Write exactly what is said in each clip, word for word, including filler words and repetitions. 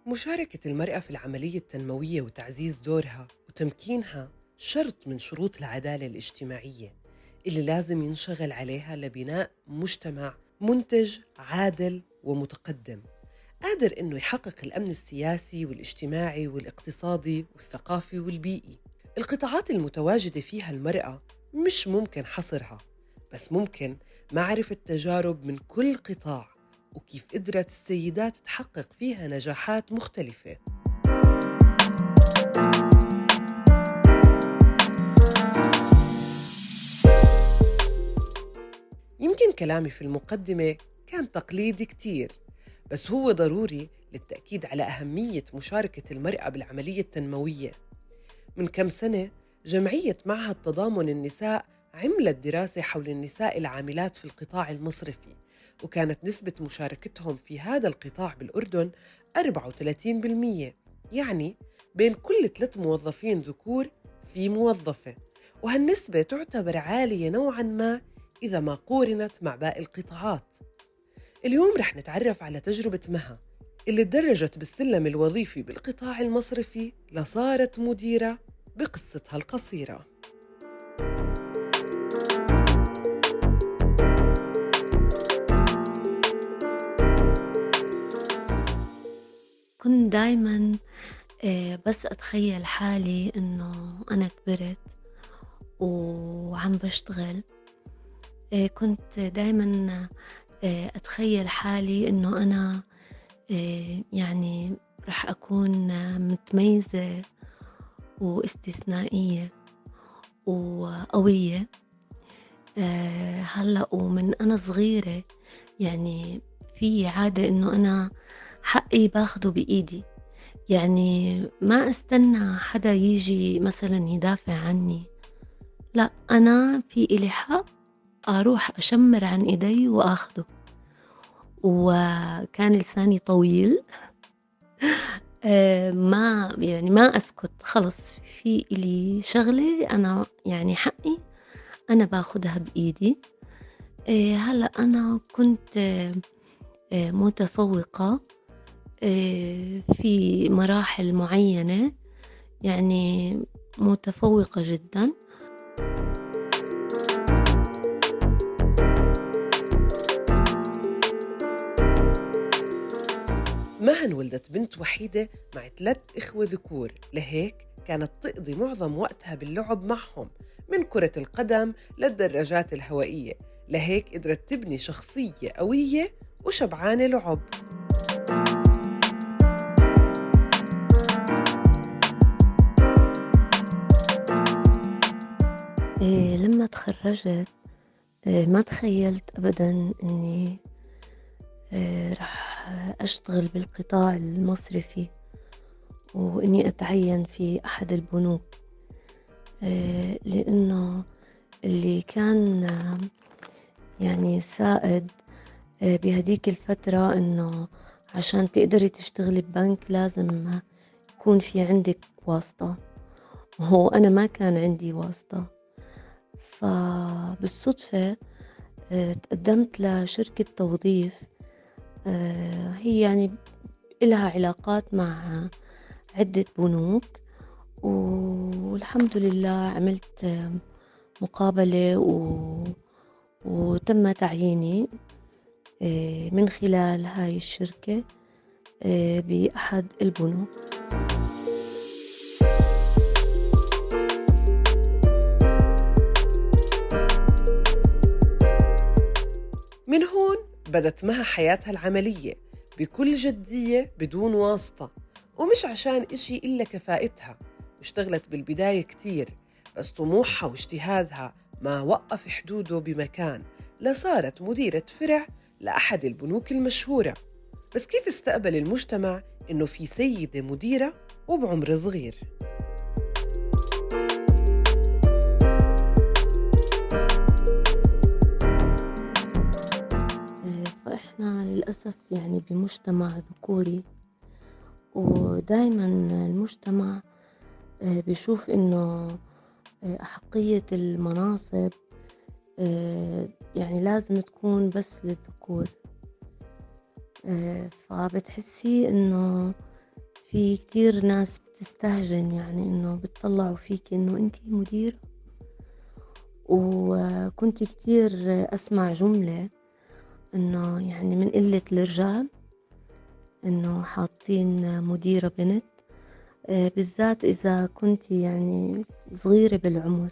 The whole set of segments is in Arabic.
مشاركة المرأة في العملية التنموية وتعزيز دورها وتمكينها شرط من شروط العدالة الاجتماعية اللي لازم ينشغل عليها لبناء مجتمع منتج عادل ومتقدم، قادر إنه يحقق الأمن السياسي والاجتماعي والاقتصادي والثقافي والبيئي. القطاعات المتواجدة فيها المرأة مش ممكن حصرها، بس ممكن معرفة تجارب من كل قطاع وكيف قدرت السيدات تحقق فيها نجاحات مختلفة. يمكن كلامي في المقدمة كان تقليدي كتير، بس هو ضروري للتأكيد على أهمية مشاركة المرأة بالعملية التنموية. من كم سنة جمعية معهد تضامن النساء عملت دراسة حول النساء العاملات في القطاع المصرفي، وكانت نسبة مشاركتهم في هذا القطاع بالأردن أربعة وثلاثين بالمية، يعني بين كل ثلاث موظفين ذكور في موظفة، وهالنسبة تعتبر عالية نوعاً ما إذا ما قورنت مع باقي القطاعات. اليوم رح نتعرف على تجربة مها اللي تدرجت بالسلم الوظيفي بالقطاع المصرفي لصارت مديرة بقصتها القصيرة. كنت دايما آه، بس أتخيل حالي إنه أنا كبرت وعم بشتغل. آه، كنت دايما آه، أتخيل حالي إنه أنا آه، يعني رح أكون آه، متميزة واستثنائية وقوية. آه، هلأ ومن أنا صغيرة يعني في عادة إنه أنا حقي باخده بإيدي، يعني ما استنى حدا يجي مثلا يدافع عني، لا أنا في إلي حق أروح أشمر عن إيدي وأخده. وكان لساني طويل آه، ما يعني ما أسكت، خلص في إلي شغلة أنا يعني حقي أنا باخدها بإيدي. آه، هلأ أنا كنت آه، آه، متفوقة آه، في مراحل معينة، يعني متفوقة جدا. مها انولدت بنت وحيدة مع ثلاث إخوة ذكور، لهيك كانت تقضي معظم وقتها باللعب معهم، من كرة القدم للدراجات الهوائية، لهيك قدرت تبني شخصية قوية وشبعانة لعب. آه، لما تخرجت آه، ما تخيلت أبدا أني آه، رح أشتغل بالقطاع المصرفي وإني أتعين في أحد البنوك. آه، لأنه اللي كان آه، يعني سائد آه، بهديك الفترة إنه عشان تقدري تشتغلي ببنك لازم يكون في عندك واسطة، وهو أنا ما كان عندي واسطة. فبالصدفة آه، تقدمت لشركة توظيف، آه، هي يعني إلها علاقات مع عدة بنوك، والحمد لله عملت آه، مقابلة و... وتم تعييني آه، من خلال هاي الشركة آه، بأحد البنوك. من هون بدت مها حياتها العملية بكل جدية بدون واسطة، ومش عشان إشي إلا كفاءتها، واشتغلت بالبداية كتير، بس طموحها واجتهادها ما وقف حدوده بمكان، لصارت مديرة فرع لأحد البنوك المشهورة. بس كيف استقبل المجتمع إنه في سيدة مديرة وبعمر صغير؟ آه، فإحنا للأسف يعني بمجتمع ذكوري، ودايما المجتمع آه، بيشوف إنه آه، أحقية المناصب آه، يعني لازم تكون بس للذكور. آه، فبتحسي إنه في كتير ناس بتستهجن يعني إنه بتطلّعوا فيكِ إنه أنتِ مديرة، وكنت كتير أسمع جملة إنه يعني من قلة الرجال إنه حاطين مديرة بنت، آآ بالذات إذا كنتِ يعني صغيرة بالعمر.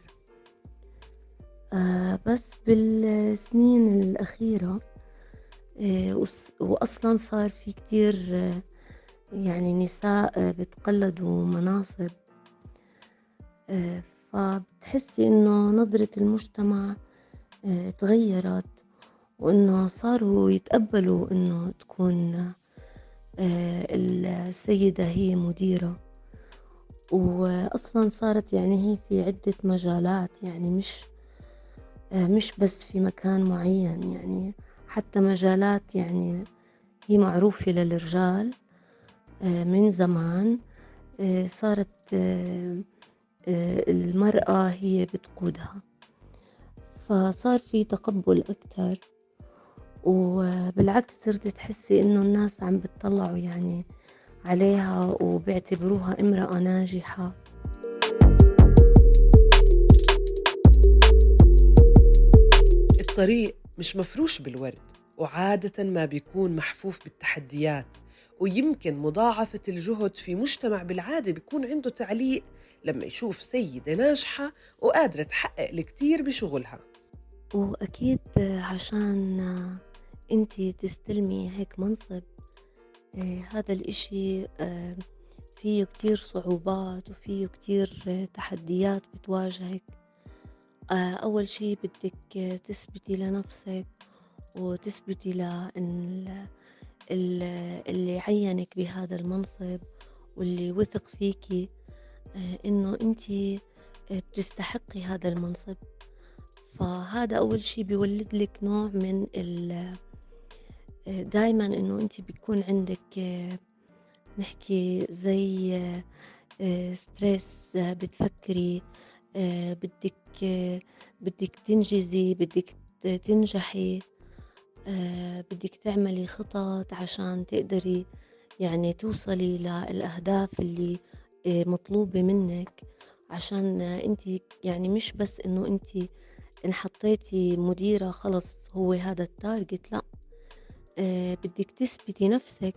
آآ بس بالسنين الأخيرة آآ وص وأصلًا صار في كتير آه، يعني نساء آه، بتقلّدوا مناصب، آآ فبتحسّي إنه نظرة المجتمع آآ اتغيّرت، وإنه صاروا يتقبّلوا إنه تكون آآ السيدة هي مديرة، وأصلًا صارت يعني هي في عدة مجالات، يعني مش آآ مش بس في مكان معيّن، يعني حتى مجالات يعني هي معروفة للرجال آآ من زمان، آآ صارت آآ آآ المرأة هي بتقودها، فصار في تقبُّل أكتر، وبالعكس صرتِ تحسّي إنه الناس عم بيطلّعوا يعني عليها وبيعتبروها امرأة ناجحة. الطريق مش مفروش بالورد، وعادة ما بيكون محفوف بالتحديات، ويمكن مضاعفة الجهد في مجتمع بالعادة بيكون عنده تعليق لما يشوف سيدة ناجحة وقادرة تحقق الكتير بشغلها. وأكيد عشان أنتِ تستلمي هيك منصب، آآ هذا الإشي آآ فيه كتير صعوبات وفيه كتير آه، تحديات بتواجهِك. آآ أول شي بدِّك تثبتي لنفسِك وتثبتي لل ال اللي عيّنِك بهذا المنصب واللي وثق فيكِ آآ إنه أنتِ آآ بتستحقي هذا المنصب. فهذا أول شي بيولد لِك نوع من ال آآ دايمًا إنه أنتِ بيكون عندِك آه، نحكي زي آآ stress، آه، بتفكري آآ بدِّك آه، بدِّك تنجزي، بدِّك ت تنجحي، آآ بدِّك تعملي خطط عشان تقدري يعني توصلي للأهداف اللي آآ مطلوبة منِّك، عشان أنتِ يعني مش بس إنه أنتِ انحطيتِ مديرة خلص هو هذا الtarget، لأ، آآ بدِّك تثبتي نفسِك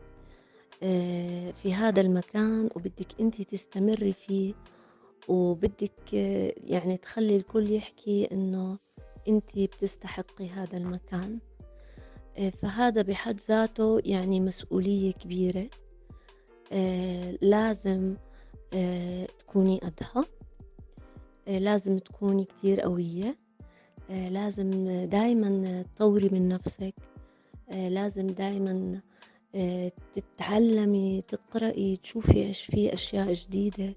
آآ في هذا المكان وبدِّك أنتِ تستمري فيه، وبدِّك آه، يعني تخلّي الكل يحكي إنه أنتِ بتستحقي هذا المكان. آآ فهذا بحد ذاته يعني مسؤولية كبيرة، آآ لازم آآ تكوني قدها، آآ لازم تكوني كتير قوية، آآ لازم دايمًا تطوّري من نفسِك، آآ لازم دايمًا آآ تتعلّمي، تقرأي، تشوفي إيش في أشياء جديدة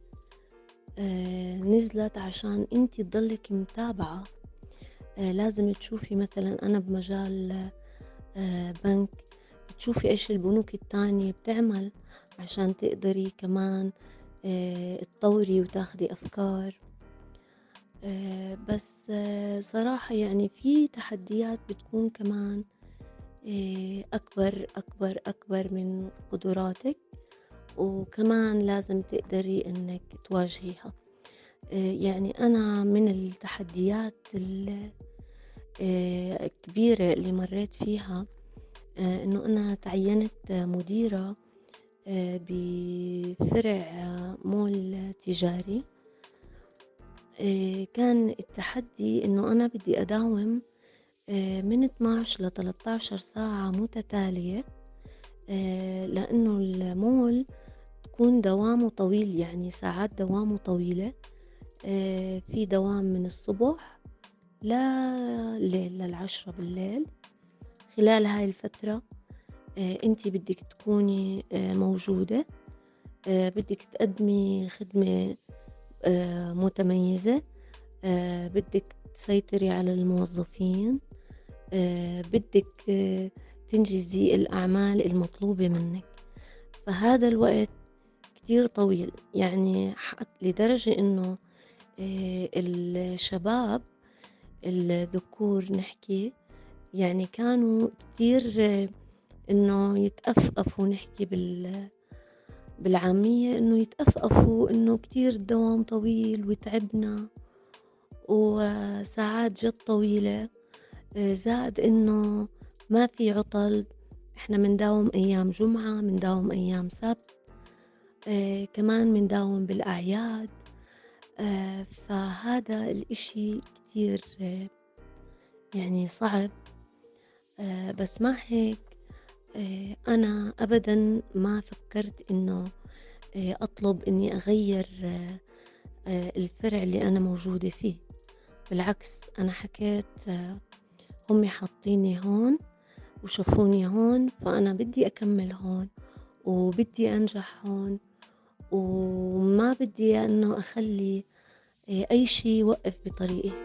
آآ نزلت عشان أنتِ تضلِّك متابعة. آآ لازم تشوفي مثلًا أنا بمجال آآ بنك، تشوفي إيش البنوك التانية بتعمل عشان تقدري كمان آآ تطوّري وتاخدي أفكار. آآ بس آه، صراحة يعني في تحديات بتكون كمان آآ أكبر، أكبر، أكبر من قدراتِك، وكمان لازم تقدري إنِّك تواجهيها. آآ يعني أنا من التحديات ال آآ الكبيرة اللي مرّيت فيها آآ إنه أنا تعيّنت مديرة آآ بفرع آه، مول تجاري. آآ كان التحدي إنه أنا بدي أداوم آآ من اثناشر لثلاثة عشر ساعة متتالية، آآ لإنه المول بيكون دوامه طويل، يعني ساعات دوامه طويلة، آآ في دوام من الصبح لليل للعشرة بالليل. خلال هاي الفترة آآ أنتِ بدِّك تكوني آآ موجودة، آآ بدِّك تقدمي خدمة آآ متميزة، آآ بدِّك تسيطري على الموظفين، آآ بدِّك آه، تنجزي الأعمال المطلوبة منِّك. فهذا الوقت كتير طويل، يعني ح لدرجة إنه آآ الشباب الذكور نحكي، يعني كانوا كتير آه، إنه يتأفأفوا نحكي بال بالعامية إنه يتأفأفوا إنه كتير الدوام طويل وتعبنا وساعات جد طويلة، آآ زائد إنه ما في عُطَل، إحنا منداوم أيام جمعة، منداوم أيام سبت، آآ كمان منداوم بالأعياد، آآ فهذا الإشي كتير آه، يعني صعب. آآ بس مع هيك آآ أنا أبدًا ما فكّرت إنه آآ أطلب إني أغيّر آآ الفرع اللي أنا موجودة فيه، بالعكس أنا حكيت آه، هُم حاطّيني هون وشافوني هون، فأنا بدي أكمّل هون وبدي أنجح هون، وما بدي إنه أخلّي آآ أي شي يوقّف بطريقي.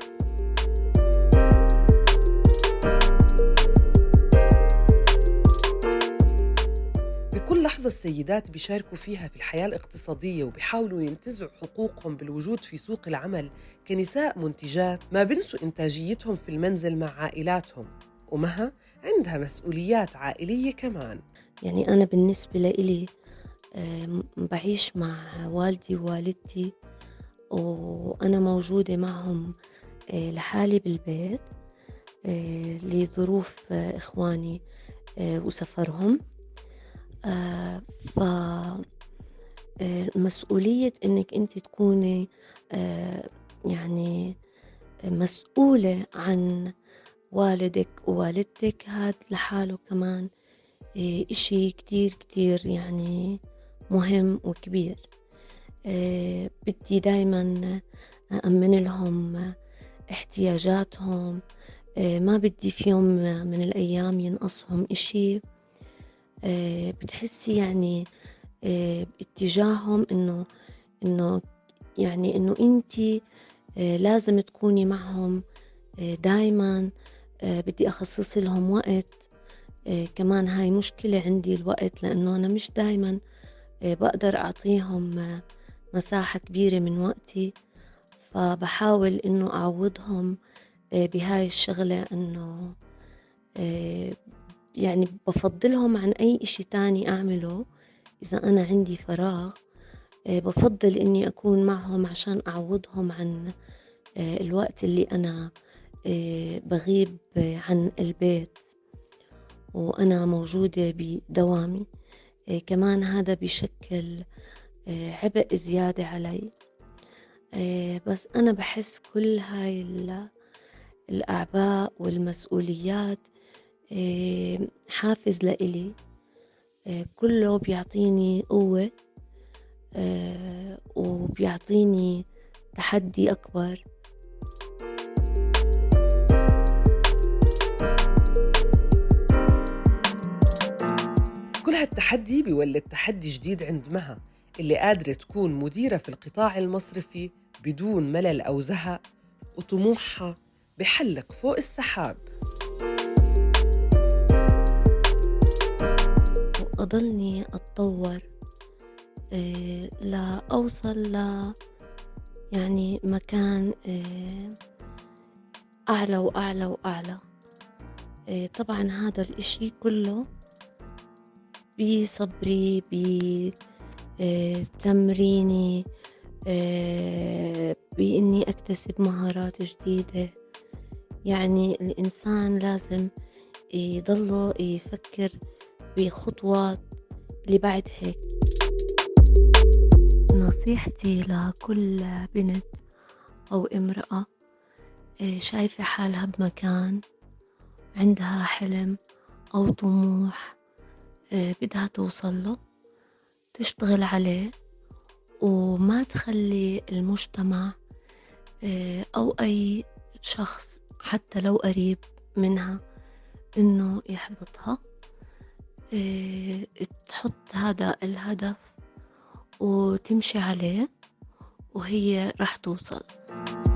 بكل لحظة السيدات بيشاركوا فيها في الحياة الاقتصادية وبيحاولوا ينتزعوا حقوقهم بالوجود في سوق العمل كنساء منتجات، ما بنسوا إنتاجيتهم في المنزل مع عائلاتهم، ومها عندها مسؤوليات عائلية كمان. يعني أنا بالنسبة لإلي آمم باعيش مع والدي ووالدتي وأنا موجودة معهم آآ لحالي بالبيت آآ لظروف آه، إخواني آآ وسفرهم. آآ ف آآ مسؤولية إنِّك أنتِ تكوني آآ يعني مسؤولة عن والدِك ووالدتِك هاد لحاله كمان آآ إشي كتير كتير يعني مهم وكبير. آآ بدي دايمًا أأمِّن لهم احتياجاتهم، آآ ما بدي في يوم من الأيام ينقصهم إشي. آآ بتحسّي يعني آآ اتجاههم إنه إنه يعني إنه أنتِ آآ لازم تكوني معهم آآ دايمًا، آآ بدي أخصّص لهم وقت. آآ كمان هاي مشكلة عندي الوقت، لإنه أنا مش دايمًا آآ باقدر أعطيهم آه، مساحة كبيرة من وقتي، فباحاول إنه أعوّضهم آآ بهاي الشغلة إنه آآ يعني بافضّلهم عن أي إشي تاني أعمله إذا أنا عندي فراغ. آآ بافضّل إني أكون معهم عشان أعوّضهم عن آآ الوقت اللي أنا آآ باغيب عن البيت وأنا موجودة بدوامي. آآ كمان هذا بيشكل آآ عبء زيادة علي. آآ بس أنا باحس كل هاي ال الأعباء والمسؤوليات آآ حافز لإلي، آآ كلّه بيعطيني قوة آآ وبيعطيني تحدي أكبر. كل هالتحدي بيولد تحدي جديد عند مها، اللي قادرة تكون مديرة في القطاع المصرفي بدون ملل أو زهق، وطموحها بحلق فوق السحاب. وأضلني أتطور آآ لأوصل ل يعني مكان آآ أعلى وأعلى وأعلى. آآ طبعًا هذا الإشي كلّه بصبري، ب آآ تمريني، آآ بإني أكتسب مهارات جديدة. يعني الإنسان لازم يضله يفكر بخطوات لبعد هيك. نصيحتي لكل بنت أو امرأة آآ شايفة حالها بمكان، عندها حلم أو طموح آآ بدها توصل له، تشتغل عليه وما تخلّي المجتمع آآ أو أي شخص حتى لو قريب منها إنه يحبطها. آآ تحط هذا الهدف وتمشي عليه وهي راح توصل.